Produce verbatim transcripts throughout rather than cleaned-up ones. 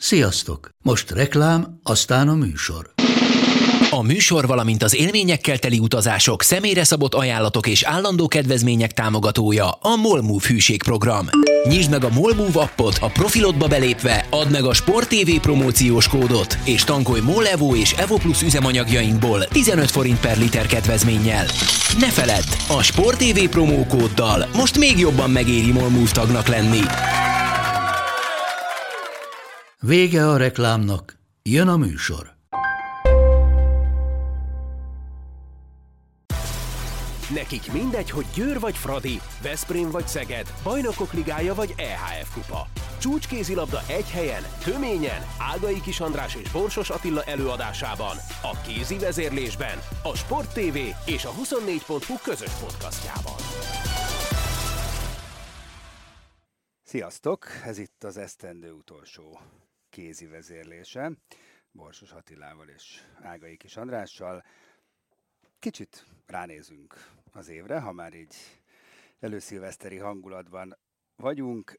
Sziasztok! Most reklám, aztán a műsor. A műsor, valamint az élményekkel teli utazások, személyre szabott ajánlatok és állandó kedvezmények támogatója a MOLMOVE hűségprogram. Nyisd meg a MOLMOVE appot, a profilodba belépve add meg a Sport té vé promóciós kódot, és tankolj MOL Evo és Evo Plus üzemanyagjainkból tizenöt forint per liter kedvezménnyel. Ne feledd, a Sport té vé promókóddal most még jobban megéri MOLMOVE tagnak lenni. Vége a reklámnak, jön a műsor. Nekik mindegy, hogy Győr vagy Fradi, Veszprém vagy Szeged, Bajnokok Ligája vagy é há ef Kupa. Csúcskézilabda egy helyen, töményen, Ágai Kis András és Borsos Attila előadásában, a kézi vezérlésben, a Sport té vé és a huszonnégy pont hu közös podcastjában. Sziasztok! Ez itt az esztendő utolsó kézi vezérlése, Borsos Attilával és Ágai Kis Andrással. Kicsit ránézünk az évre, ha már így előszilveszteri hangulatban vagyunk.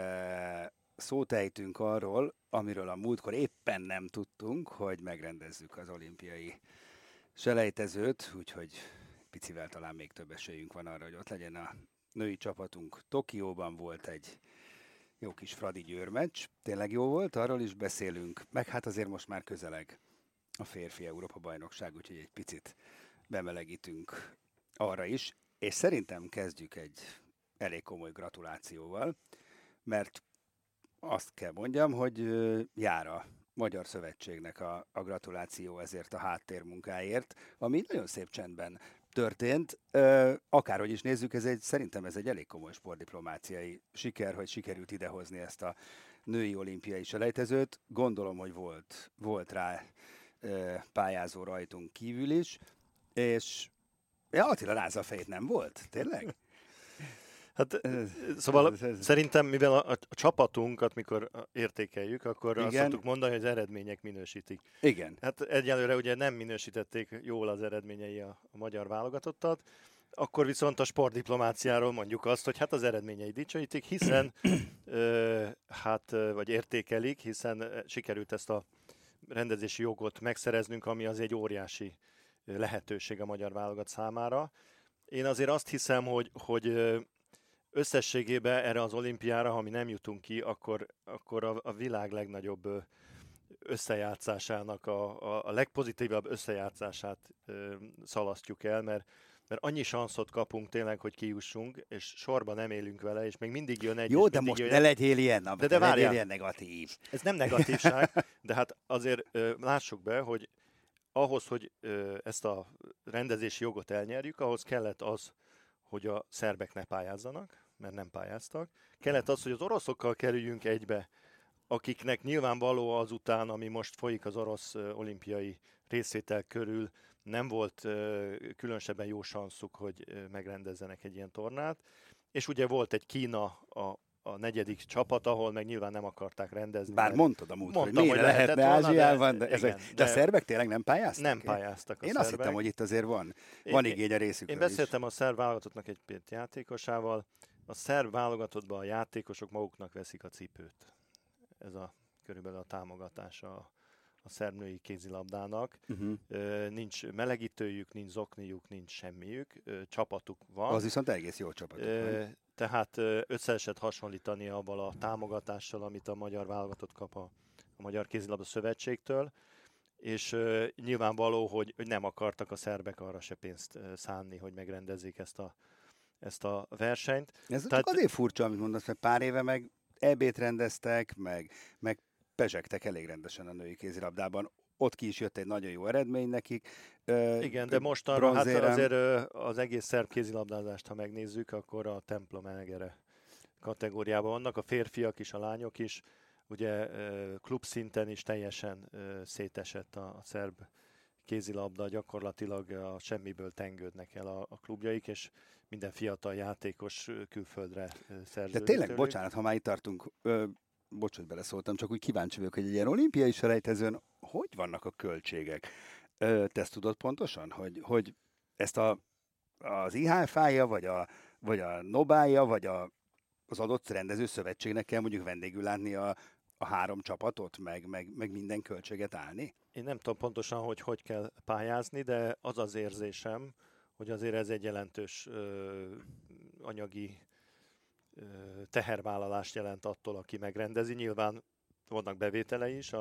Szót ejtünk arról, amiről a múltkor éppen nem tudtunk, hogy megrendezzük az olimpiai selejtezőt, úgyhogy picivel talán még több esélyünk van arra, hogy ott legyen a női csapatunk. Tokióban volt egy jó kis Fradi-Győr meccs, tényleg jó volt, arról is beszélünk, meg hát azért most már közeleg a férfi Európa-bajnokság, úgyhogy egy picit bemelegítünk arra is, és szerintem kezdjük egy elég komoly gratulációval, mert azt kell mondjam, hogy jár a Magyar Szövetségnek a, a gratuláció ezért a háttérmunkáért, ami nagyon szép csendben történt. Akárhogy is nézzük, ez egy, szerintem ez egy elég komoly sportdiplomáciai siker, hogy sikerült idehozni ezt a női olimpiai selejtezőt. Gondolom, hogy volt, volt rá pályázó rajtunk kívül is, és ja, Attila rázza a fejét, nem volt? Tényleg? Hát szóval ez, ez, szerintem, mivel a, a, a csapatunkat, mikor értékeljük, akkor igen, azt szoktuk mondani, hogy az eredmények minősítik. Igen. Hát egyelőre ugye nem minősítették jól az eredményei a, a magyar válogatottat, akkor viszont a sportdiplomáciáról mondjuk azt, hogy hát az eredményei dicsőítik, hiszen ö, hát, vagy értékelik, hiszen sikerült ezt a rendezési jogot megszereznünk, ami az egy óriási lehetőség a magyar válogat számára. Én azért azt hiszem, hogy, hogy összességében erre az olimpiára, ha mi nem jutunk ki, akkor, akkor a, a világ legnagyobb összejátszásának, a, a, a legpozitívabb összejátszását ö, szalasztjuk el, mert, mert annyi sanszot kapunk tényleg, hogy kijussunk, és sorban nem élünk vele, és még mindig jön egy... Jó, de most jön... ne legyél ilyen, de, de, de legyél ilyen negatív. Ez nem negatívság, de hát azért ö, lássuk be, hogy ahhoz, hogy ö, ezt a rendezési jogot elnyerjük, ahhoz kellett az, hogy a szerbek ne pályázzanak, mert nem pályáztak. Kellett az, hogy az oroszokkal kerüljünk egybe, akiknek nyilvánvaló azután, ami most folyik az orosz ö, olimpiai részvétel körül, nem volt ö, különösebben jó sanszuk, hogy ö, megrendezzenek egy ilyen tornát. És ugye volt egy Kína a a negyedik csapat, ahol meg nyilván nem akarták rendezni. Bár mondtad a múltkor, hogy miért lehetne Ázsiában, de, de, igen, de, de a szerbek tényleg nem pályáztak? Nem pályáztak a Én szerbek. azt hittem, hogy itt azért van, van én, igény a részükről. Én beszéltem is a szerb válogatottnak egy pét játékosával. A szerb válogatottban a játékosok maguknak veszik a cipőt. Ez a körülbelül a támogatása a szerb női kézilabdának. Uh-huh. Nincs melegítőjük, nincs zoknijuk, nincs semmiük. Csapatuk van. Az viszont egész jó csapatuk van. Tehát össze lehet hasonlítani avval a támogatással, amit a magyar válogatott kap a, a Magyar Kézilabda Szövetségtől, és uh, nyilvánvaló, hogy, hogy nem akartak a szerbek arra se pénzt uh, szánni, hogy megrendezzék ezt a, ezt a versenyt. Ez Tehát... azért furcsa, amit mondasz, mert pár éve meg é bét rendeztek, meg, meg pezsegtek elég rendesen a női kézilabdában. Ott ki is jött egy nagyon jó eredmény nekik. Igen, de mostanra hát azért az egész szerb kézilabdázást, ha megnézzük, akkor a templom elgere kategóriában vannak. A férfiak is, a lányok is. Ugye klubszinten is teljesen szétesett a szerb kézilabda, gyakorlatilag a semmiből tengődnek el a, a klubjaik, és minden fiatal játékos külföldre szerződik. De tényleg, tőlük. Bocsánat, ha már itt tartunk, ö, bocs, hogy beleszóltam, csak úgy kíváncsi vagyok, hogy egy ilyen olimpiai selejtezőn hogy vannak a költségek? Ö, te ezt tudod pontosan, hogy, hogy ezt a, az i há ef á-ja, vagy a, vagy a Nobája, vagy a, az adott rendező szövetségnek kell mondjuk vendégül látni a, a a három csapatot, meg, meg, meg minden költséget állni? Én nem tudom pontosan, hogy hogy kell pályázni, de az az érzésem, hogy azért ez egy jelentős ö, anyagi ö, tehervállalást jelent attól, aki megrendezi. Nyilván vannak bevételei is a,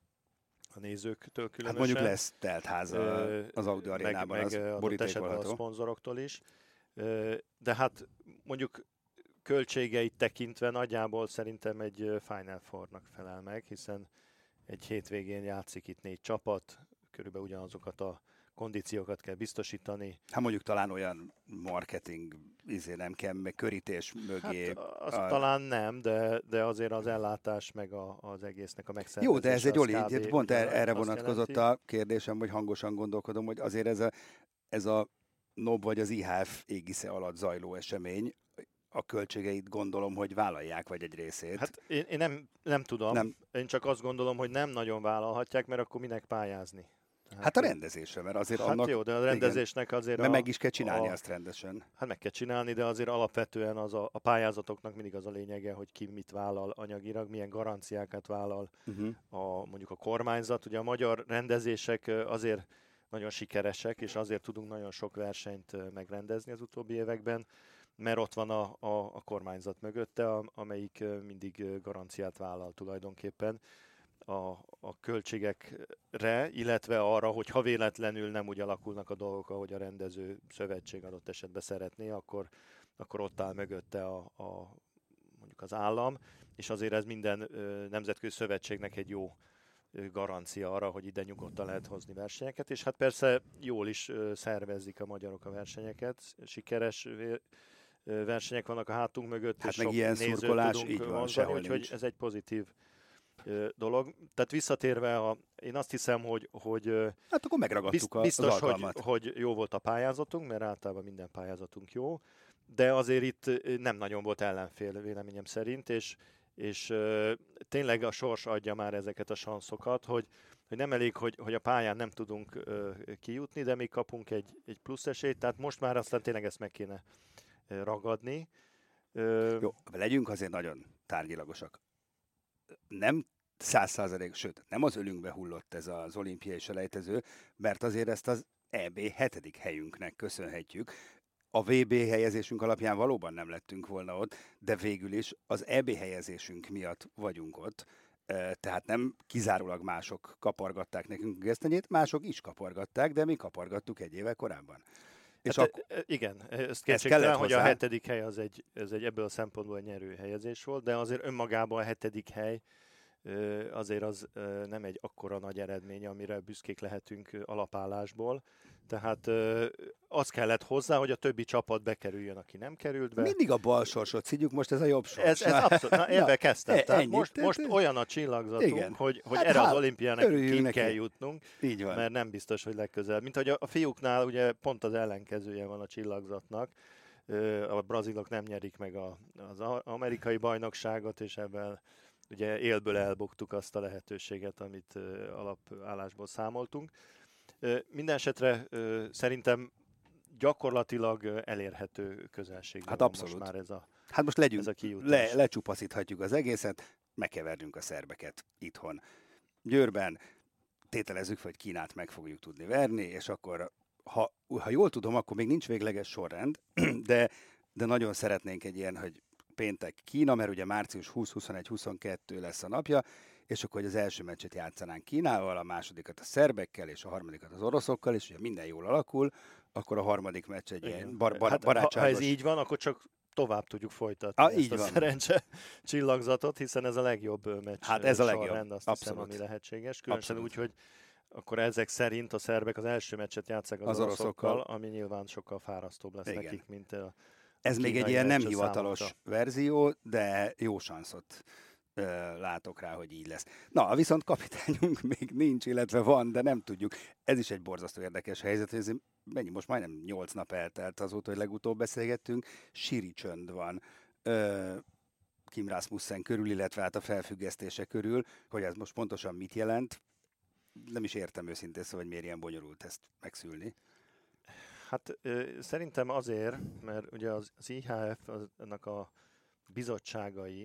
a nézőktől különösen. Hát mondjuk lesz teltháza az Audi Arénában, meg, az meg borítékolható. a szponzoroktól is. De hát mondjuk költségeit tekintve nagyjából szerintem egy Final Four-nak felel meg, hiszen egy hétvégén játszik itt négy csapat, körülbelül ugyanazokat a kondíciókat kell biztosítani. Hát mondjuk talán olyan marketing izé nem kell, meg körítés mögé. Hát az a... talán nem, de, de azért az ellátás meg a, az egésznek a megszervezése. Jó, de ez egy oli, pont erre vonatkozott jelenti. A kérdésem, hogy hangosan gondolkodom, hogy azért ez a, ez a NOB vagy az i há ef égisze alatt zajló esemény, a költségeit gondolom, hogy vállalják, vagy egy részét. Hát én, én nem, nem tudom, nem. Én csak azt gondolom, hogy nem nagyon vállalhatják, mert akkor minek pályázni. Hát, hát a rendezésre, mert azért hát annak... jó, de a rendezésnek azért... Mert a, meg is kell csinálni a, azt rendesen. Hát meg kell csinálni, de azért alapvetően az a, a pályázatoknak mindig az a lényege, hogy ki mit vállal anyagilag, milyen garanciákat vállal uh-huh. a, mondjuk a kormányzat. Ugye a magyar rendezések azért nagyon sikeresek, és azért tudunk nagyon sok versenyt megrendezni az utóbbi években, mert ott van a, a, a kormányzat mögötte, amelyik mindig garanciát vállal tulajdonképpen a, a költségekre, illetve arra, hogy ha véletlenül nem úgy alakulnak a dolgok, ahogy a rendező szövetség adott esetben szeretné, akkor, akkor ott áll mögötte a, a, mondjuk az állam, és azért ez minden ö, nemzetközi szövetségnek egy jó garancia arra, hogy ide nyugodtan lehet hozni versenyeket, és hát persze jól is ö, szervezzik a magyarok a versenyeket, sikeres versenyek vannak a hátunk mögött, hát és meg sok ilyen nézőt szurkolás, tudunk így van, vonzani, úgyhogy ez egy pozitív ö, dolog. Tehát visszatérve, a, én azt hiszem, hogy, hogy hát akkor megragadtuk biztos, az alkalmat. Hogy, hogy jó volt a pályázatunk, mert általában minden pályázatunk jó, de azért itt nem nagyon volt ellenfél véleményem szerint, és, és ö, tényleg a sors adja már ezeket a sanszokat, hogy, hogy nem elég, hogy, hogy a pályán nem tudunk ö, kijutni, de még kapunk egy, egy plusz esélyt, tehát most már aztán tényleg ezt meg kéne ragadni. Jó, legyünk azért nagyon tárgyilagosak. Nem száz százalék, sőt, nem az ölünkbe hullott ez az olimpiai selejtező, mert azért ezt az é bé hetedik helyünknek köszönhetjük. A vé bé helyezésünk alapján valóban nem lettünk volna ott, de végül is az é bé helyezésünk miatt vagyunk ott. Tehát nem kizárólag mások kapargatták nekünk a gesztenyét, mások is kapargatták, de mi kapargattuk egy éve korábban. És hát ak- igen, ezt kétségtelen, hogy a hetedik hely az egy, ez egy ebből a szempontból egy nyerő helyezés volt, de azért önmagában a hetedik hely azért az nem egy akkora nagy eredmény, amire büszkék lehetünk alapállásból. Tehát az kellett hozzá, hogy a többi csapat bekerüljön, aki nem került be. Mindig a bal sorsot szidjuk, most ez a jobb sors. Ez, ez abszolút, na, ebben kezdtem. E, Tehát most, most olyan a csillagzatunk, igen. hogy, hogy hát erre hát, az olimpiának ki neki. kell jutnunk, így van. Mert nem biztos, hogy legközelebb. Mint hogy a, a fiúknál ugye pont az ellenkezője van a csillagzatnak. A brazilok nem nyerik meg a, az amerikai bajnokságot, és ebben ugye élből elbuktuk azt a lehetőséget, amit alapállásból számoltunk. Minden esetre szerintem gyakorlatilag elérhető közelségben hát abszolút. Most már ez a Hát most legyünk, ez a kijutás. Le, lecsupaszíthatjuk az egészet, megkevernünk a szerbeket itthon. Győrben tételezzük, hogy Kínát meg fogjuk tudni verni, és akkor, ha, ha jól tudom, akkor még nincs végleges sorrend, de, de nagyon szeretnénk egy ilyen, hogy péntek Kína, mert ugye március huszadika, huszonegyedike, huszonkettedike lesz a napja, és akkor hogy az első meccset játszanánk Kínával, a másodikat a szerbekkel, és a harmadikat az oroszokkal, és ugye minden jól alakul, akkor a harmadik meccs egy ilyen bar- bar- hát, barátságos... Ha ez így van, akkor csak tovább tudjuk folytatni ah, ezt így a van. szerencse csillagzatot, hiszen ez a legjobb meccs hát ez a legjobb. sorrend, azt abszolút. hiszem, ami lehetséges. Különösen úgy, hogy akkor ezek szerint a szerbek az első meccset játszák az, az oroszokkal, oroszokkal, ami nyilván sokkal fárasztóbb lesz igen. nekik, mint a Ez még egy ilyen nem hivatalos számolta. verzió, verzió, de jó sanszot ö, látok rá, hogy így lesz. Na, viszont kapitányunk még nincs, illetve van, de nem tudjuk. Ez is egy borzasztó érdekes helyzet, hogy mennyi, most majdnem nyolc nap eltelt azóta, hogy legutóbb beszélgettünk, síri csönd van ö, Kim Rasmussen körül, illetve hát a felfüggesztése körül, hogy ez most pontosan mit jelent. Nem is értem őszintén, szóval, hogy miért ilyen bonyolult ezt megszülni. Hát ö, szerintem azért, mert ugye az, az i há ef, az, annak a bizottságai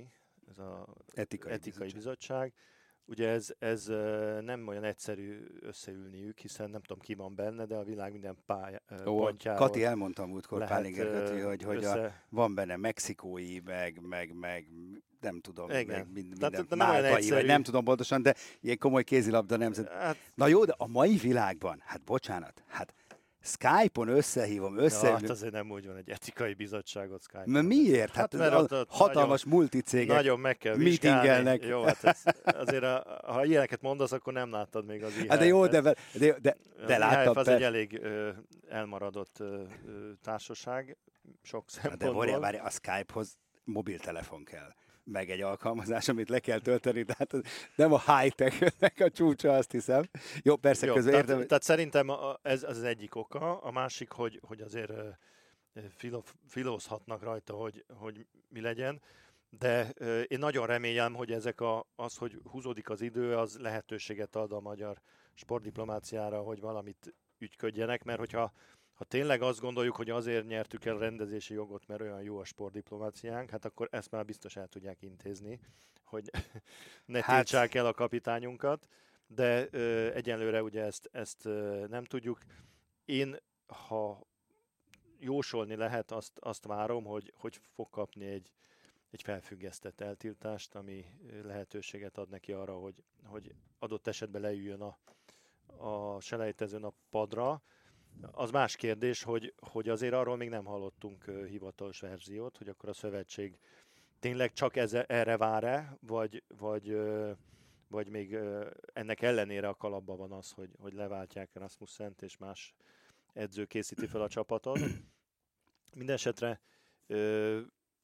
ez a etikai, etikai bizottság. bizottság. Ugye ez, ez nem olyan egyszerű összeülniük, hiszen nem tudom ki van benne, de a világ minden pálya, Ó, pontjáról Kati elmondta múltkor, Pálinger Kati, hogy, hogy össze... a, van benne mexikói, meg, meg, meg nem tudom, igen. meg mind, Tehát, minden nem máltai, vagy nem tudom pontosan, de ilyen komoly kézilabda nemzet. Hát, Na jó, de a mai világban, hát bocsánat, hát Skype-on összehívom, összeülünk. hát azért nem úgy van, egy etikai bizottságot Skype-on. M- miért? Hát, Hát, mert a ott, ott hatalmas nagyon, multicégek nagyon meg kell vizsgálni. meetingelnek. Jó, hát ez, azért a, ha ilyeneket mondasz, akkor nem láttad még az i há ef-et. Hát de jó, de, de, de, de, de az láttam. i há ef az per... egy elég ö, elmaradott ö, ö, társaság, sok szempontból. De várjál, várjál, a Skype-hoz mobiltelefon kell, meg egy alkalmazás, amit le kell tölteni, tehát nem a high-tech-nek a csúcsa, azt hiszem. Jó, persze, Jó, közben tehát, értem. tehát szerintem a, ez, ez az egyik oka, a másik, hogy, hogy azért ö, filo, filózhatnak rajta, hogy, hogy mi legyen, de ö, én nagyon remélem, hogy ezek a, az, hogy húzódik az idő, az lehetőséget ad a magyar sportdiplomáciára, hogy valamit ügyködjenek, mert hogyha ha tényleg azt gondoljuk, hogy azért nyertük el a rendezési jogot, mert olyan jó a sportdiplomáciánk, hát akkor ezt már biztos el tudják intézni, hogy ne Hát- tiltsák el a kapitányunkat, de ö, egyelőre ugye ezt, ezt ö, nem tudjuk. Én, ha jósolni lehet, azt, azt várom, hogy, hogy fog kapni egy, egy felfüggesztett eltiltást, ami lehetőséget ad neki arra, hogy, hogy adott esetben leüljön a, a selejtezőn a padra. Az más kérdés, hogy, hogy azért arról még nem hallottunk uh, hivatalos verziót, hogy akkor a szövetség tényleg csak eze, erre vár-e, vagy, vagy, uh, vagy még uh, ennek ellenére a kalapban van az, hogy, hogy leváltják Rasmussent és más edző készíti fel a csapatot. Mindenesetre uh,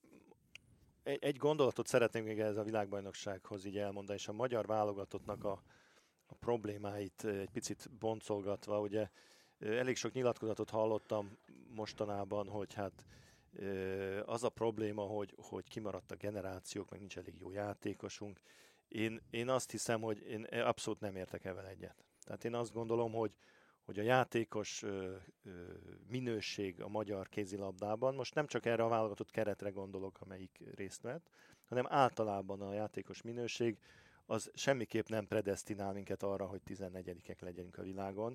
egy, egy gondolatot szeretnénk még ez a világbajnoksághoz így elmondani, és a magyar válogatottnak a, a problémáit egy picit boncolgatva, ugye elég sok nyilatkozatot hallottam mostanában, hogy hát az a probléma, hogy, hogy kimaradt a generációk, meg nincs elég jó játékosunk. Én, én azt hiszem, hogy én abszolút nem értek ezzel egyet. Tehát én azt gondolom, hogy, hogy a játékos minőség a magyar kézilabdában, most nem csak erre a válogatott keretre gondolok, amelyik részt vett, hanem általában a játékos minőség az semmiképp nem predesztinál minket arra, hogy tizennegyedikek legyünk a világon.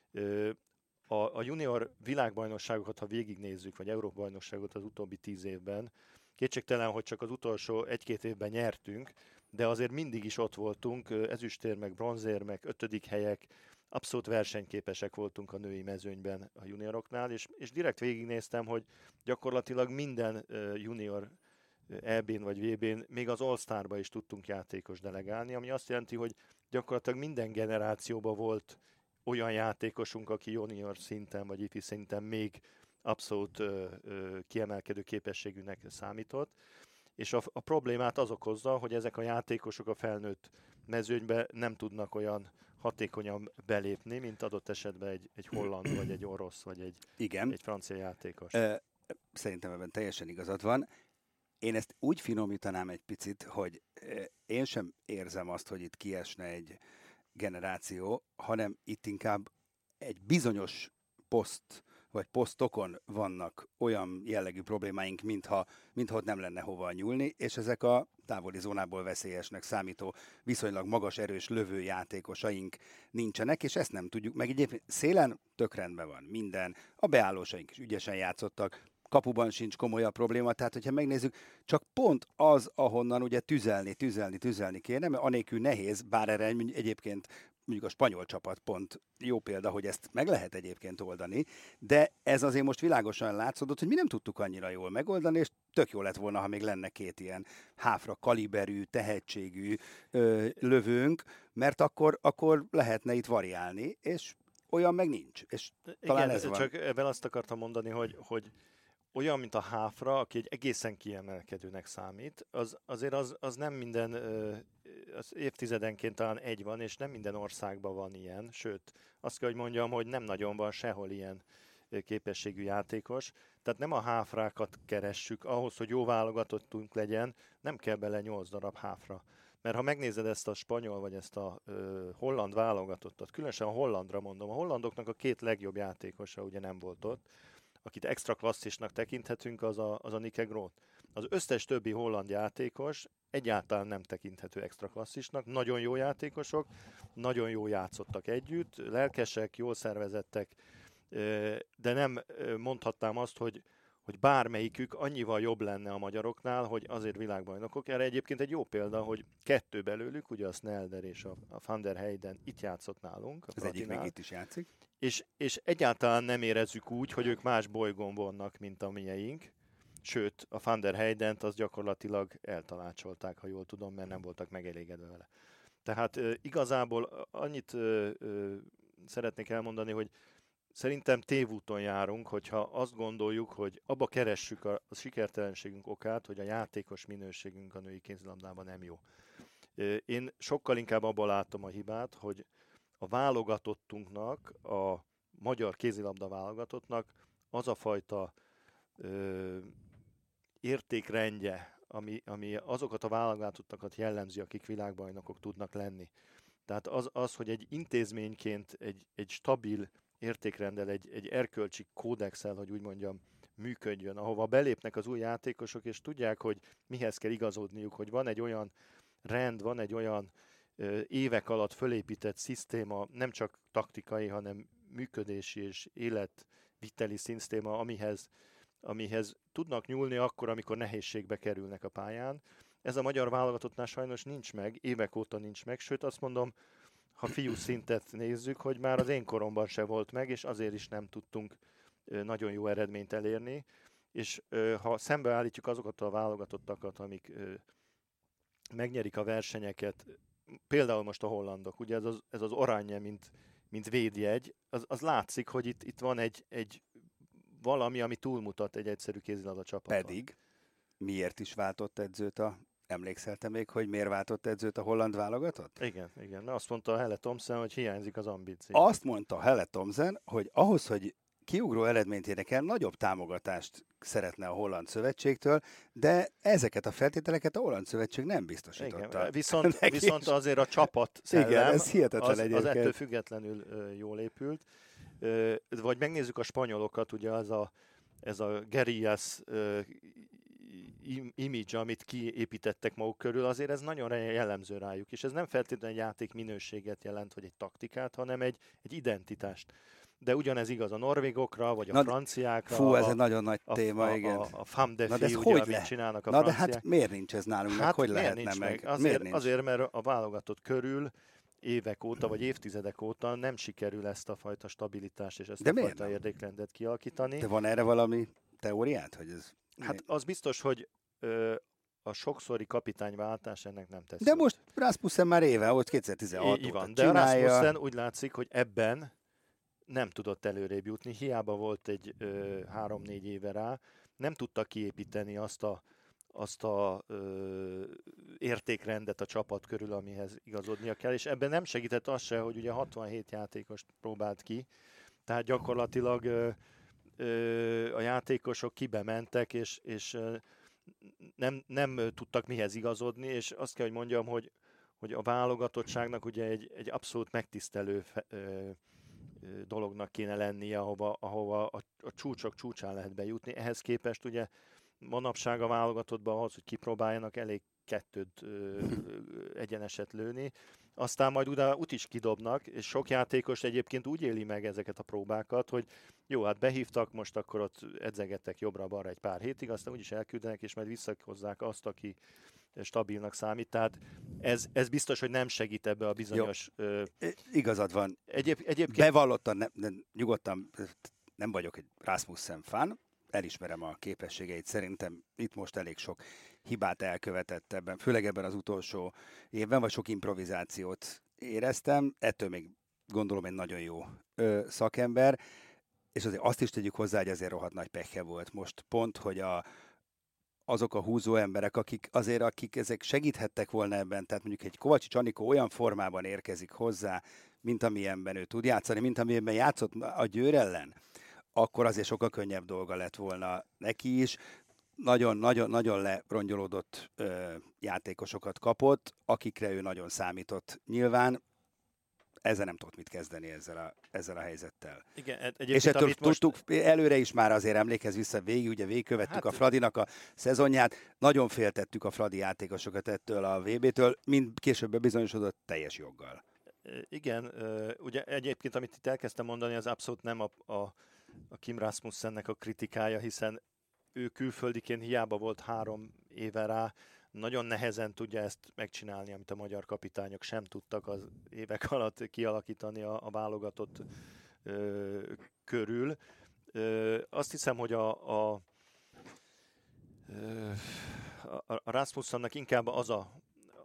A, a junior világbajnokságokat, ha végignézzük, vagy Európa-bajnokságot az utóbbi tíz évben, kétségtelen, hogy csak az utolsó egy-két évben nyertünk, de azért mindig is ott voltunk, ezüstérmek, bronzérmek, ötödik helyek, abszolút versenyképesek voltunk a női mezőnyben a junioroknál, és, és direkt végignéztem, hogy gyakorlatilag minden junior é bén vagy vé bén, még az All-Starba is tudtunk játékos delegálni, ami azt jelenti, hogy gyakorlatilag minden generációban volt olyan játékosunk, aki junior szinten vagy ifi szinten még abszolút ö, ö, kiemelkedő képességűnek számított. És a, a problémát az okozza, hogy ezek a játékosok a felnőtt mezőnybe nem tudnak olyan hatékonyan belépni, mint adott esetben egy, egy holland, vagy egy orosz, vagy egy, Igen. egy francia játékos. Szerintem ebben teljesen igazad van. Én ezt úgy finomítanám egy picit, hogy én sem érzem azt, hogy itt kiesne egy generáció, hanem itt inkább egy bizonyos poszt, vagy posztokon vannak olyan jellegű problémáink, mintha, mintha ott nem lenne hova nyúlni, és ezek a távoli zónából veszélyesnek számító, viszonylag magas, erős lövő játékosaink nincsenek, és ezt nem tudjuk. Meg egyébként szélen tök rendben van minden, a beállósaink is ügyesen játszottak, kapuban sincs komolyabb probléma, tehát hogyha megnézzük, csak pont az, ahonnan ugye tüzelni, tüzelni, tüzelni kéne, mert anélkül nehéz, bár erre egyébként mondjuk a spanyol csapat pont jó példa, hogy ezt meg lehet egyébként oldani, de ez azért most világosan látszódott, hogy mi nem tudtuk annyira jól megoldani, és tök jó lett volna, ha még lenne két ilyen háfra kaliberű, tehetségű ö, lövőnk, mert akkor, akkor lehetne itt variálni, és olyan meg nincs. És talán Igen, ez van. csak ebben azt akartam mondani, hogy, hogy olyan, mint a háfra, aki egy egészen kiemelkedőnek számít, az, azért az, az nem minden, az évtizedenként talán egy van, és nem minden országban van ilyen, sőt, azt kell, hogy mondjam, hogy nem nagyon van sehol ilyen képességű játékos. Tehát nem a háfrákat keressük, ahhoz, hogy jó válogatottunk legyen, nem kell bele nyolc darab háfra. Mert ha megnézed ezt a spanyol, vagy ezt a ö, holland válogatottat, különösen a hollandra mondom, a hollandoknak a két legjobb játékosa ugye nem volt ott, akit extra klasszisnak tekinthetünk, az a, az a Nike Groth. Az összes többi holland játékos egyáltalán nem tekinthető extra klasszisnak, nagyon jó játékosok, nagyon jó játszottak együtt, lelkesek, jól szervezettek, de nem mondhatnám azt, hogy, hogy bármelyikük annyival jobb lenne a magyaroknál, hogy azért világbajnokok. Erre egyébként egy jó példa, hogy kettő belőlük, ugye a Snelder és a, a Van der Heyden itt játszott nálunk. Az egyik még itt is játszik. És, és egyáltalán nem érezzük úgy, hogy ők más bolygón vannak, mint a mieink. Sőt, a Van der Heydent az gyakorlatilag eltanácsolták, ha jól tudom, mert nem voltak megelégedve vele. Tehát e, igazából annyit e, e, szeretnék elmondani, hogy szerintem tévúton járunk, hogyha azt gondoljuk, hogy abba keressük a, a sikertelenségünk okát, hogy a játékos minőségünk a női kézilabdában nem jó. E, én sokkal inkább abban látom a hibát, hogy a válogatottunknak, a magyar kézilabda válogatottnak az a fajta ö, értékrendje, ami, ami azokat a válogatottakat jellemzi, akik világbajnokok tudnak lenni. Tehát az, az hogy egy intézményként egy, egy stabil értékrenddel, egy, egy erkölcsi kódexel, hogy úgy mondjam, működjön, ahova belépnek az új játékosok, és tudják, hogy mihez kell igazodniuk, hogy van egy olyan rend, van egy olyan ö, évek alatt fölépített szisztéma, nem csak taktikai, hanem működési és életviteli szisztéma, amihez amihez tudnak nyúlni akkor, amikor nehézségbe kerülnek a pályán. Ez a magyar válogatottnál sajnos nincs meg, évek óta nincs meg, sőt azt mondom, ha fiú szintet nézzük, hogy már az én koromban se volt meg, és azért is nem tudtunk nagyon jó eredményt elérni. És ha szembeállítjuk azokat a válogatottakat, amik megnyerik a versenyeket, például most a hollandok, ugye ez az, ez az Oranje, mint, mint védjegy, az, az látszik, hogy itt, itt van egy, egy valami, ami túlmutat egy egyszerű kézilabda csapaton. Pedig miért is váltott edzőt a... Emlékszel te még, hogy miért váltott edzőt a holland válogatott? Igen, igen. Azt mondta Helle Thomsen, hogy hiányzik az ambíció. Azt mondta Helle Thomsen, hogy ahhoz, hogy kiugró eredményt érnek el, nagyobb támogatást szeretne a holland szövetségtől, de ezeket a feltételeket a holland szövetség nem biztosította. Igen, viszont, viszont azért a csapat szellem, igen, ez hihetetlen az, egyébként. az ettől függetlenül uh, jól épült. Uh, vagy megnézzük a spanyolokat, ugye az a, ez a Guerillas uh, image, amit kiépítettek maguk körül, azért ez nagyon jellemző rájuk, és ez nem feltétlenül egy játék minőséget jelent, vagy egy taktikát, hanem egy, egy identitást. De ugyanez igaz a norvégokra, vagy a Na, franciákra. Fú, ez a, egy nagyon nagy a, téma, a, igen. A, a femme de fille, ugye, amit le? csinálnak a Na franciák. de hát miért nincs ez nálunk, hát meg? Hogy miért lehetne nincs meg? meg? Azért, miért nincs? azért, mert a válogatott körül évek óta, vagy évtizedek óta nem sikerül ezt a fajta stabilitást és ezt de a fajta nem? érdekrendet kialakítani. De van erre valami teóriát, hogy ez... Hát az biztos, hogy ö, a sokszori kapitányváltás ennek nem tesz. De most Rasmussen már éve, volt kétezer-tizenhat I- óta van, de csinálja. a Rasmussen úgy látszik, hogy ebben nem tudott előrébb jutni, hiába volt egy ö, három-négy éve rá, nem tudta kiépíteni azt a, azt a ö, értékrendet a csapat körül, amihez igazodnia kell, és ebben nem segített az se, hogy ugye hatvanhét játékost próbált ki, tehát gyakorlatilag ö, ö, a játékosok kibementek, és, és ö, nem, nem tudtak mihez igazodni, és azt kell, hogy mondjam, hogy, hogy a válogatottságnak ugye egy, egy abszolút megtisztelő fe, ö, dolognak kéne lennie, ahova, ahova a, a csúcsok csúcsán lehet bejutni. Ehhez képest ugye manapság a válogatottban ahhoz, hogy kipróbáljanak, elég kettőt ö, egyeneset lőni. Aztán majd utána út is kidobnak, és sok játékos egyébként úgy éli meg ezeket a próbákat, hogy jó, hát behívtak, most akkor ott edzegettek jobbra-balra egy pár hétig, aztán úgyis elküldenek, és majd visszahozzák azt, aki stabilnak számít. Tehát ez, ez biztos, hogy nem segít ebbe a bizonyos... Ö, Igazad van. Egyéb, egyébként... Bevallottan, ne, ne, nyugodtan nem vagyok egy Rasmussen fan, elismerem a képességeit, szerintem itt most elég sok hibát elkövetett ebben, főleg ebben az utolsó évben, vagy sok improvizációt éreztem, ettől még gondolom egy nagyon jó ö, szakember, és azért azt is tegyük hozzá, hogy azért rohadt nagy pekhe volt most pont, hogy a, azok a húzó emberek, akik azért, akik ezek segíthettek volna ebben, tehát mondjuk egy Kovácsics Anikó olyan formában érkezik hozzá, mint amilyenben ő tud játszani, mint amilyenben játszott a Győr ellen, akkor azért sokkal könnyebb dolga lett volna neki is. Nagyon-nagyon-nagyon lerongyolódott ö, játékosokat kapott, akikre ő nagyon számított. Nyilván ezzel nem tudott mit kezdeni ezzel a, ezzel a helyzettel. Igen, és ettől most... tudtuk, előre is már azért emlékezz vissza végig, ugye végigkövettük hát, a Fradinak a szezonját, nagyon féltettük a Fradi játékosokat ettől a vé bé-től, mind később bebizonyosodott teljes joggal. Igen, ugye egyébként, amit itt elkezdtem mondani, az abszolút nem a, a, a Kim Rasmussennek a kritikája, hiszen ő külföldiként hiába volt három éve rá, nagyon nehezen tudja ezt megcsinálni, amit a magyar kapitányok sem tudtak az évek alatt kialakítani a, a válogatott ö, körül. Ö, azt hiszem, hogy a, a, a, a Rasmussennek inkább az a,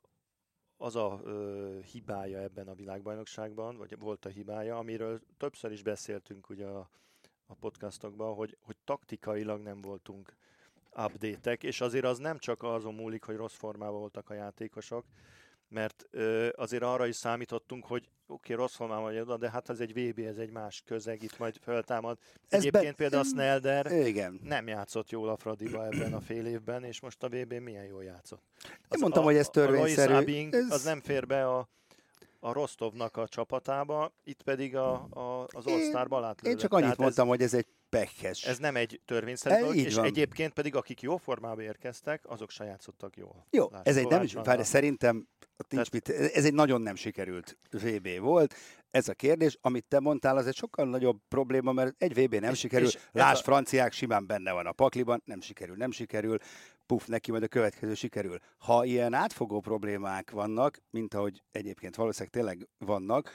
az a ö, hibája ebben a világbajnokságban, vagy volt a hibája, amiről többször is beszéltünk ugye a, a podcastokban, hogy, hogy taktikailag nem voltunk update-ek, és azért az nem csak azon múlik, hogy rossz formában voltak a játékosok, mert ö, azért arra is számítottunk, hogy oké, okay, rossz formában vagy oda, de hát ez egy vé bé, ez egy más közeg, itt majd föltámad. Ez Egyébként be... például a Sneijder Igen. nem játszott jól a Fradiba ebben a fél évben, és most a vé bén milyen jól játszott. Az Én mondtam, a, hogy ez törvényszerű. A Abing, ez... az nem fér be a a Rostovnak a csapatába, itt pedig a, a, az All-Starba átlőtt. Én csak annyit Tehát mondtam, ez, hogy ez egy pekhes. Ez nem egy törvényszerű dolog, és van. Egyébként pedig akik jó formába érkeztek, azok se játszottak jól. Jó, Lássuk, ez egy nem, várj, szerintem Tehát, mit, ez egy nagyon nem sikerült vé bé volt. Ez a kérdés, amit te mondtál, az egy sokkal nagyobb probléma, mert egy vé bé nem és, sikerül. És Lásd, a... franciák simán benne van a pakliban, nem sikerül, nem sikerül. Puff, neki majd a következő sikerül. Ha ilyen átfogó problémák vannak, mint ahogy egyébként valószínűleg tényleg vannak,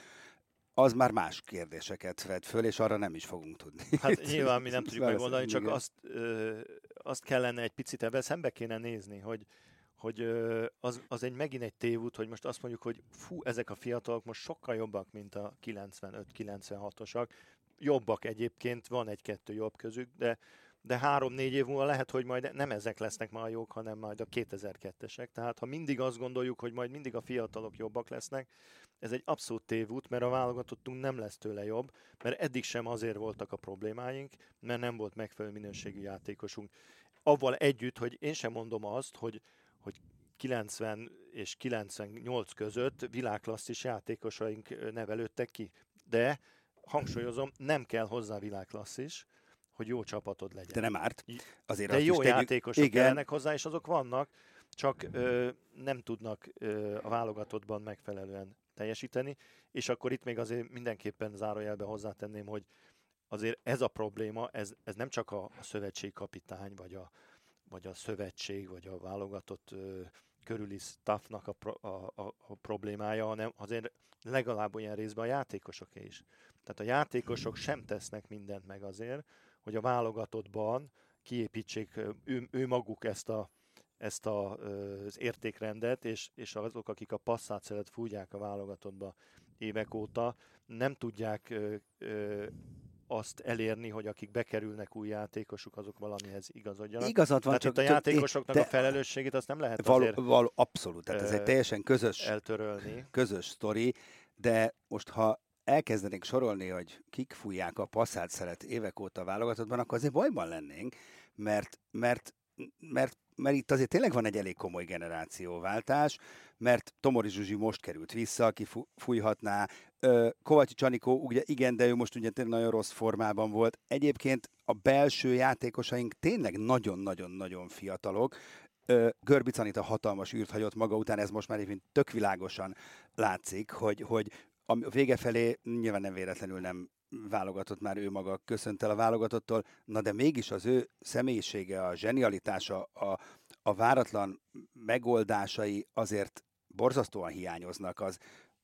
az már más kérdéseket vet föl, és arra nem is fogunk tudni. Hát nyilván mi nem tudjuk megoldani, csak azt, ö, azt kellene egy picit ebben szembe kéne nézni, hogy, hogy ö, az, az egy megint egy tévút, hogy most azt mondjuk, hogy fú, ezek a fiatalok most sokkal jobbak, mint a kilencvenöt kilencvenhatosak. Jobbak egyébként, van egy-kettő jobb közük, de de három-négy év múlva lehet, hogy majd nem ezek lesznek már jók, hanem majd a kétezer-kettesek. Tehát ha mindig azt gondoljuk, hogy majd mindig a fiatalok jobbak lesznek, ez egy abszolút tévút, mert a válogatottunk nem lesz tőle jobb, mert eddig sem azért voltak a problémáink, mert nem volt megfelelő minőségű játékosunk. Avval együtt, hogy én sem mondom azt, hogy, hogy kilencven és kilencvennyolc között világklasszis játékosaink nevelődtek ki. De hangsúlyozom, nem kell hozzá világklasszis, hogy jó csapatod legyen. De nem árt. Azért de jó tegyük... játékosok kellenek hozzá, és azok vannak, csak ö, nem tudnak ö, a válogatottban megfelelően teljesíteni, és akkor itt még azért mindenképpen zárójelben hozzátenném, hogy azért ez a probléma, ez, ez nem csak a, a szövetségkapitány, vagy a, vagy a szövetség, vagy a válogatott ö, körüli staffnak a, pro, a, a, a problémája, hanem azért legalább olyan részben a játékosoké is. Tehát a játékosok sem tesznek mindent meg azért, hogy a válogatottban kiépítsék ő, ő maguk ezt, a, ezt a, az értékrendet, és, és azok, akik a passzátszeret fújják a válogatottba évek óta, nem tudják ö, ö, azt elérni, hogy akik bekerülnek új játékosok, azok valamihez igazodjanak. Igazad van, Tehát csak itt a játékosoknak a felelősségét azt nem lehet való, azért való, abszolút, tehát ez egy teljesen közös, eltörölni. közös sztori, de most ha elkezdenénk sorolni, hogy kik fújják a passzát szeret évek óta a válogatottban, akkor azért bajban lennénk, mert, mert, mert, mert itt azért tényleg van egy elég komoly generációváltás, mert Tomori Zsuzsi most került vissza, aki fújhatná, Kovácsi Csanikó, ugye igen, de ő most ugye tényleg nagyon rossz formában volt. Egyébként a belső játékosaink tényleg nagyon-nagyon-nagyon fiatalok. Görbic Anita hatalmas űrt hagyott maga után, ez most már egyébként tök világosan látszik, hogy, hogy a vége felé nyilván nem véletlenül nem válogatott már ő maga, köszönt el a válogatottól, na de mégis az ő személyisége, a zsenialitása, a, a váratlan megoldásai azért borzasztóan hiányoznak, az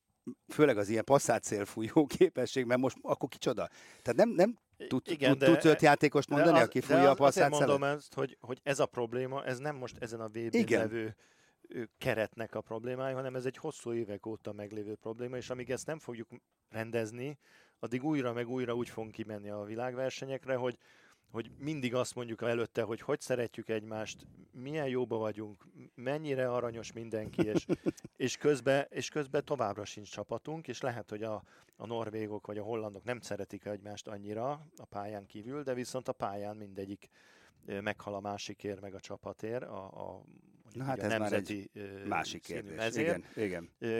főleg az ilyen passzátszélfújó képesség, mert most akkor kicsoda? Tehát nem, nem tud, Igen, tud, tudsz öt játékost mondani, az, aki fújja a passzátszélet? Azért mondom ezt, hogy, hogy ez a probléma, ez nem most ezen a vé bén levő keretnek a problémája, hanem ez egy hosszú évek óta meglévő probléma, és amíg ezt nem fogjuk rendezni, addig újra meg újra úgy fogunk kimenni a világversenyekre, hogy, hogy mindig azt mondjuk előtte, hogy hogy szeretjük egymást, milyen jóba vagyunk, mennyire aranyos mindenki, és, és, közben, és közben továbbra sincs csapatunk, és lehet, hogy a, a norvégok vagy a hollandok nem szeretik egymást annyira a pályán kívül, de viszont a pályán mindegyik meghal a másikért, meg a csapatért, a, a, Na hát a ez nemzeti már egy másik kérdés. Mezért. Igen, igen.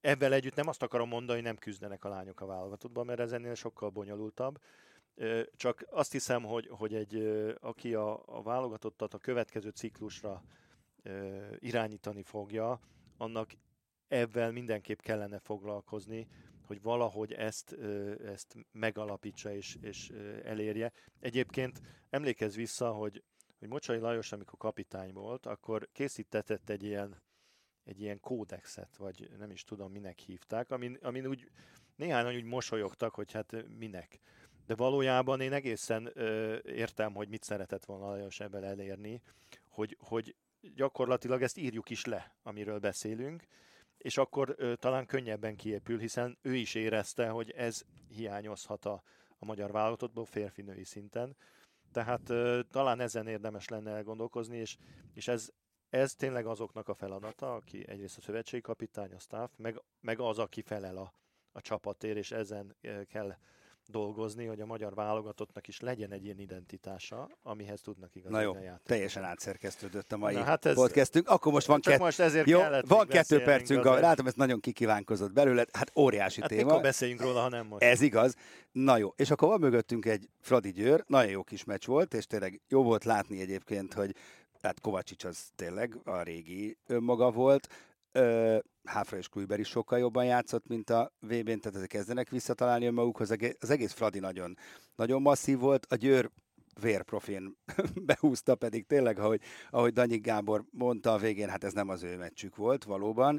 Ebben együtt nem azt akarom mondani, hogy nem küzdenek a lányok a válogatottban, mert ez ennél sokkal bonyolultabb. Csak azt hiszem, hogy, hogy egy, aki a, a válogatottat a következő ciklusra irányítani fogja, annak ebben mindenképp kellene foglalkozni, hogy valahogy ezt, ezt megalapítsa és, és elérje. Egyébként emlékezz vissza, hogy, hogy Mocsai Lajos, amikor kapitány volt, akkor készítetett egy ilyen, egy ilyen kódexet, vagy nem is tudom, minek hívták, amin, amin úgy néhányan úgy mosolyogtak, hogy hát minek. De valójában én egészen ö, értem, hogy mit szeretett volna Lajos ebben elérni, hogy, hogy gyakorlatilag ezt írjuk is le, amiről beszélünk, és akkor ö, talán könnyebben kiépül, hiszen ő is érezte, hogy ez hiányozhat a, a magyar válogatottból férfi-női szinten. Tehát ö, talán ezen érdemes lenne elgondolkozni, és, és ez, ez tényleg azoknak a feladata, aki egyrészt a szövetségi kapitány, a staff, meg, meg az, aki felel a, a csapatért, és ezen ö, kell dolgozni, hogy a magyar válogatottnak is legyen egy ilyen identitása, amihez tudnak igazán játszani. Na jó, teljesen átszerkesztődött a mai hát ez, podcastünk. Akkor most van, kett... most ezért jó, van kettő percünk, a... látom, ezt nagyon kikívánkozott belőle, hát óriási hát téma. mikor beszéljünk róla, ha nem most. Ez igaz. Na jó, és akkor van mögöttünk egy Fradi Győr, nagyon jó kis meccs volt, és tényleg jó volt látni egyébként, hogy hát Kovácsics az tényleg a régi önmaga volt. Háfra és Kluiber is sokkal jobban játszott, mint a vé bén, tehát ezek kezdenek visszatalálni önmagukhoz. Az egész Fradi nagyon, nagyon masszív volt. A Győr vérprofin behúzta, pedig tényleg, ahogy, ahogy Danyi Gábor mondta a végén, hát ez nem az ő meccsük volt valóban.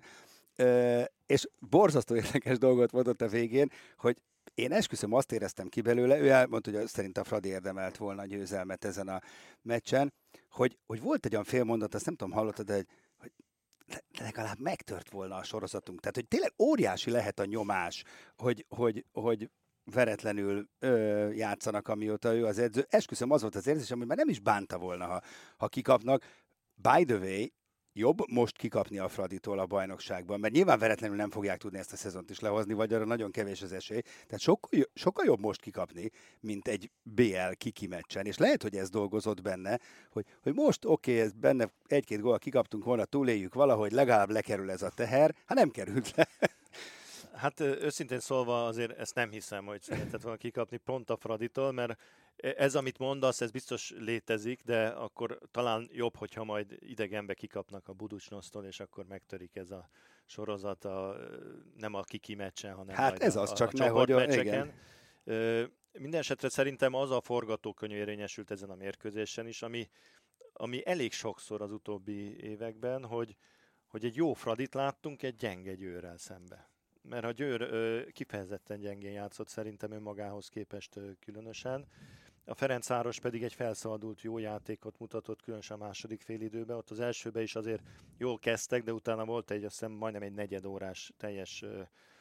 És borzasztó érdekes dolgot mondott a végén, hogy én esküszöm, azt éreztem ki belőle, ő elmondta, hogy szerint a Fradi érdemelt volna a győzelmet ezen a meccsen, hogy, hogy volt egy olyan félmondat, azt nem tudom, hallottad, de hogy legalább megtört volna a sorozatunk. Tehát, hogy tényleg óriási lehet a nyomás, hogy, hogy, hogy veretlenül ö, játszanak, amióta ő az edző. Esküszöm, az volt az érzésem, hogy már nem is bánta volna, ha, ha kikapnak. By the way, jobb most kikapni a Fraditól a bajnokságban, mert nyilván veretlenül nem fogják tudni ezt a szezont is lehozni, vagy arra nagyon kevés az esély. Tehát sokkal, sokkal jobb most kikapni, mint egy bé el kiki meccsen. És lehet, hogy ez dolgozott benne, hogy, hogy most oké, okay, ez benne egy-két gól kikaptunk volna, túléljük valahogy, legalább lekerül ez a teher. Hát nem került le. Hát őszintén szólva azért ezt nem hiszem, hogy szeretett volna kikapni pont a Fraditól, mert ez, amit mondasz, ez biztos létezik, de akkor talán jobb, hogyha majd idegenbe kikapnak a Buducsnosztól, és akkor megtörik ez a sorozat, a, nem a kiki meccsen, hanem hát majd ez a, az, a, csak a nehogy, csapatmeccseken. Minden esetre szerintem az a forgatókönyv érvényesült ezen a mérkőzésen is, ami, ami elég sokszor az utóbbi években, hogy, hogy egy jó Fradit láttunk egy gyenge Győrrel szembe. Mert a Győr ö, kifejezetten gyengén játszott szerintem önmagához képest ö, különösen. A Ferencváros pedig egy felszabadult jó játékot mutatott, különösen a második félidőben. Ott az elsőben is azért jól kezdtek, de utána volt egy, azt hiszem, majdnem egy negyedórás teljes ö,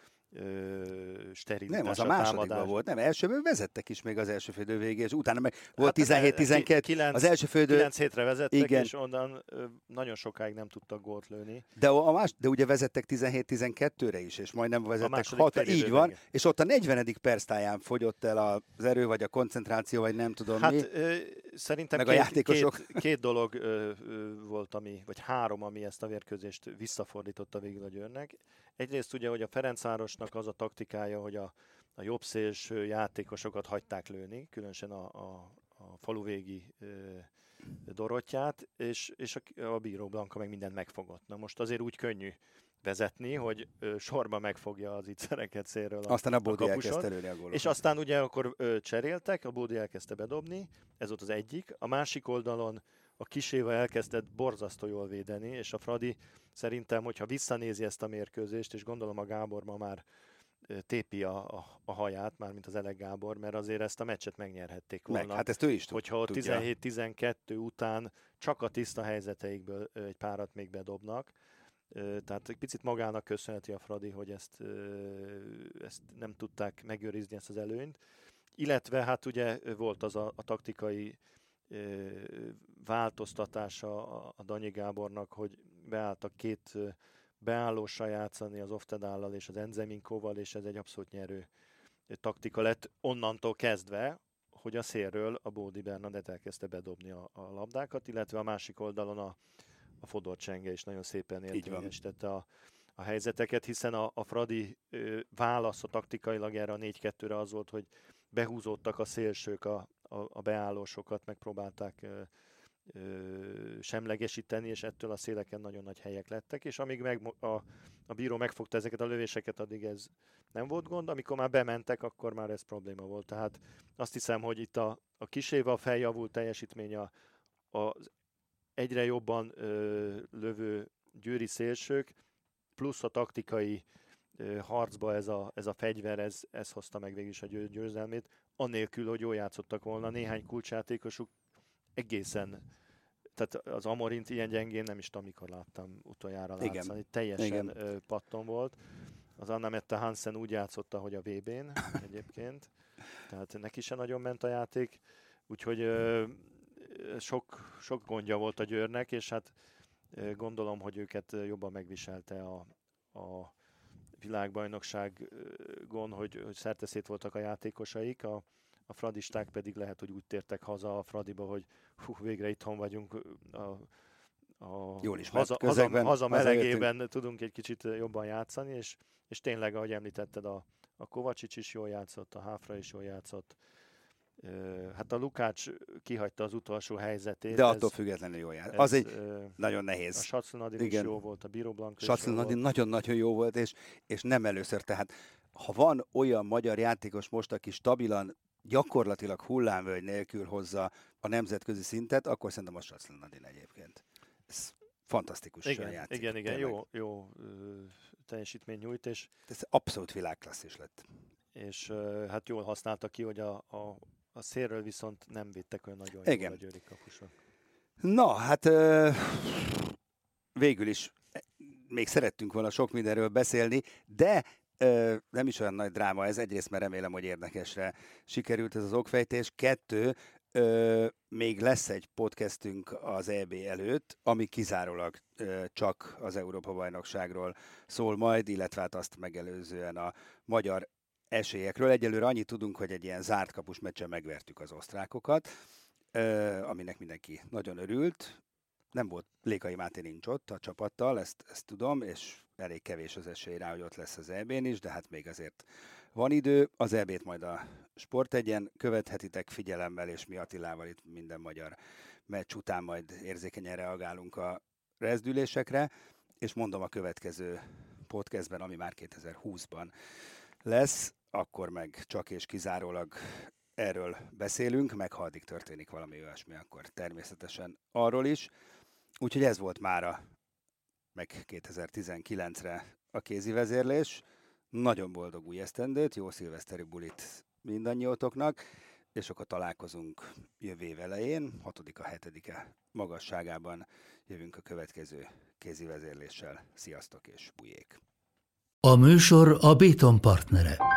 ö, sterilitás. Nem, az a másodikban volt. Nem, elsőben vezettek is még az első félidő végén, és utána meg volt hát tizenhét tizenkettő. Az első félidő... kilenc hétre vezettek, igen. És onnan ö, nagyon sokáig nem tudtak gólt lőni. De, a más, de ugye vezettek tizenhét tizenkettőre is, és majdnem vezettek hat, így van, végén. És ott a negyvenedik perctáján fogyott el az erő, vagy a koncentráció, vagy nem tudom hát, mi. Ö, szerintem meg két, a játékosok. Két, két dolog ö, ö, volt, ami, vagy három, ami ezt a vérkőzést visszafordította végül a Győrnek. Egyrészt ugye, hogy a Ferencvárosnak az a taktikája, hogy a, a jobb szélső játékosokat hagyták lőni, különösen a, a, a faluvégi ö, Dorottyát, és, és a, a bíró Blanka meg mindent megfogott. Na most azért úgy könnyű vezetni, hogy ö, sorba megfogja az ígyszereket szélről a Aztán a Bódi a elkezdte lőni a gólokat. És aztán ugye akkor ö, cseréltek, a Bódi elkezdte bedobni, ez volt az egyik. A másik oldalon a Kiséva elkezdett borzasztó jól védeni, és a Fradi szerintem, hogyha visszanézi ezt a mérkőzést, és gondolom a Gábor ma már tépi a, a, a haját, mármint az Elek Gábor, mert azért ezt a meccset megnyerhették volna. Meg, hát ezt ő is hogyha ott tizenhét tizenkettő után csak a tiszta helyzeteikből egy párat még bedobnak. Tehát egy picit magának köszönheti a Fradi, hogy ezt, ezt nem tudták megőrizni, ezt az előnyt. Illetve hát ugye volt az a, a taktikai változtatása a Danyi Gábornak, hogy beálltak két beállóssal játszani, az Oftedállal és az Enzeminkóval, és ez egy abszolút nyerő taktika lett onnantól kezdve, hogy a szélről a Bódi Bernadett elkezdte bedobni a, a labdákat, illetve a másik oldalon a, a Fodor Csenge is nagyon szépen érvényesítette a, a helyzeteket, hiszen a, a Fradi ö, válasz a taktikailag erre a négy kettőre az volt, hogy behúzódtak a szélsők, a, a, a beállósokat megpróbálták ö, ö, semlegesíteni, és ettől a széleken nagyon nagy helyek lettek, és amíg meg a, a bíró megfogta ezeket a lövéseket, addig ez nem volt gond, amikor már bementek, akkor már ez probléma volt. Tehát azt hiszem, hogy itt a, a kisével feljavult teljesítmény a, az egyre jobban ö, lövő győri szélsők, plusz a taktikai ö, harcba ez a, ez a fegyver, ez, ez hozta meg végül is a győ, győzelmét, anélkül, hogy jól játszottak volna. Néhány kulcsjátékosuk egészen, tehát az Amorint ilyen gyengén nem is tudom, mikor láttam utoljára látszani. Igen. Teljesen ö, patton volt. Az Anna Mette Hansen úgy játszotta, hogy a vé bén egyébként, tehát neki sem nagyon ment a játék, úgyhogy ö, sok, sok gondja volt a Győrnek, és hát gondolom, hogy őket jobban megviselte a, a világbajnokságon, hogy, hogy szerteszét voltak a játékosaik, a, a fradisták pedig lehet, hogy úgy tértek haza a Fradiba, hogy hú, végre itthon vagyunk, a, a Jól is haza, haza, haza melegében tudunk egy kicsit jobban játszani, és, és tényleg, ahogy említetted, a, a Kovacic is jól játszott, a Háfra is jól játszott. Hát a Lukács kihagyta az utolsó helyzetét. De attól ez, függetlenül jól játszott. Az egy uh, nagyon nehéz. A Saclnadin is jó volt, a Bíró Blanco is Saclnadin nagyon-nagyon jó volt, és, és nem először. Tehát ha van olyan magyar játékos most, aki stabilan, gyakorlatilag hullámvölgy nélkül hozza a nemzetközi szintet, akkor szerintem a Saclnadin egyébként. Ez fantasztikus igen, játék. Igen, igen, jó, jó ö, teljesítmény nyújt, és ez abszolút világklasszis lett. És ö, hát jól használta ki, hogy a, a A szélről viszont nem védtek olyan nagyon jól a győri kapusok. Na, hát ö, végül is még szerettünk volna sok mindenről beszélni, de ö, nem is olyan nagy dráma ez. Egyrészt, mert remélem, hogy érdekesre sikerült ez az okfejtés. Kettő, ö, még lesz egy podcastünk az é bé előtt, ami kizárólag ö, csak az Európa-bajnokságról szól majd, illetve hát azt megelőzően a magyar esélyekről. Egyelőre annyit tudunk, hogy egy ilyen zárt kapus meccsen megvertük az osztrákokat, aminek mindenki nagyon örült. Nem volt, Lékai Máté nincs ott a csapattal, ezt, ezt tudom, és elég kevés az esély rá, hogy ott lesz az é bén is, de hát még azért van idő. Az é bét majd a Sport egyen követhetitek figyelemmel, és mi Attilával itt minden magyar meccs után majd érzékenyen reagálunk a rezdülésekre, és mondom, a következő podcastben, ami már kétezer-húszban lesz, akkor meg csak és kizárólag erről beszélünk, meg ha addig történik valami olyasmi, akkor természetesen arról is. Úgyhogy ez volt mára, meg kétezer-tizenkilencre a kézi vezérlés. Nagyon boldog új esztendőt, jó szilveszteri bulit mindannyiótoknak, és akkor találkozunk jövő év elején, hatodika hetedike magasságában jövünk a következő kézi vezérléssel. Sziasztok és bujék! A műsor a Béton partnere.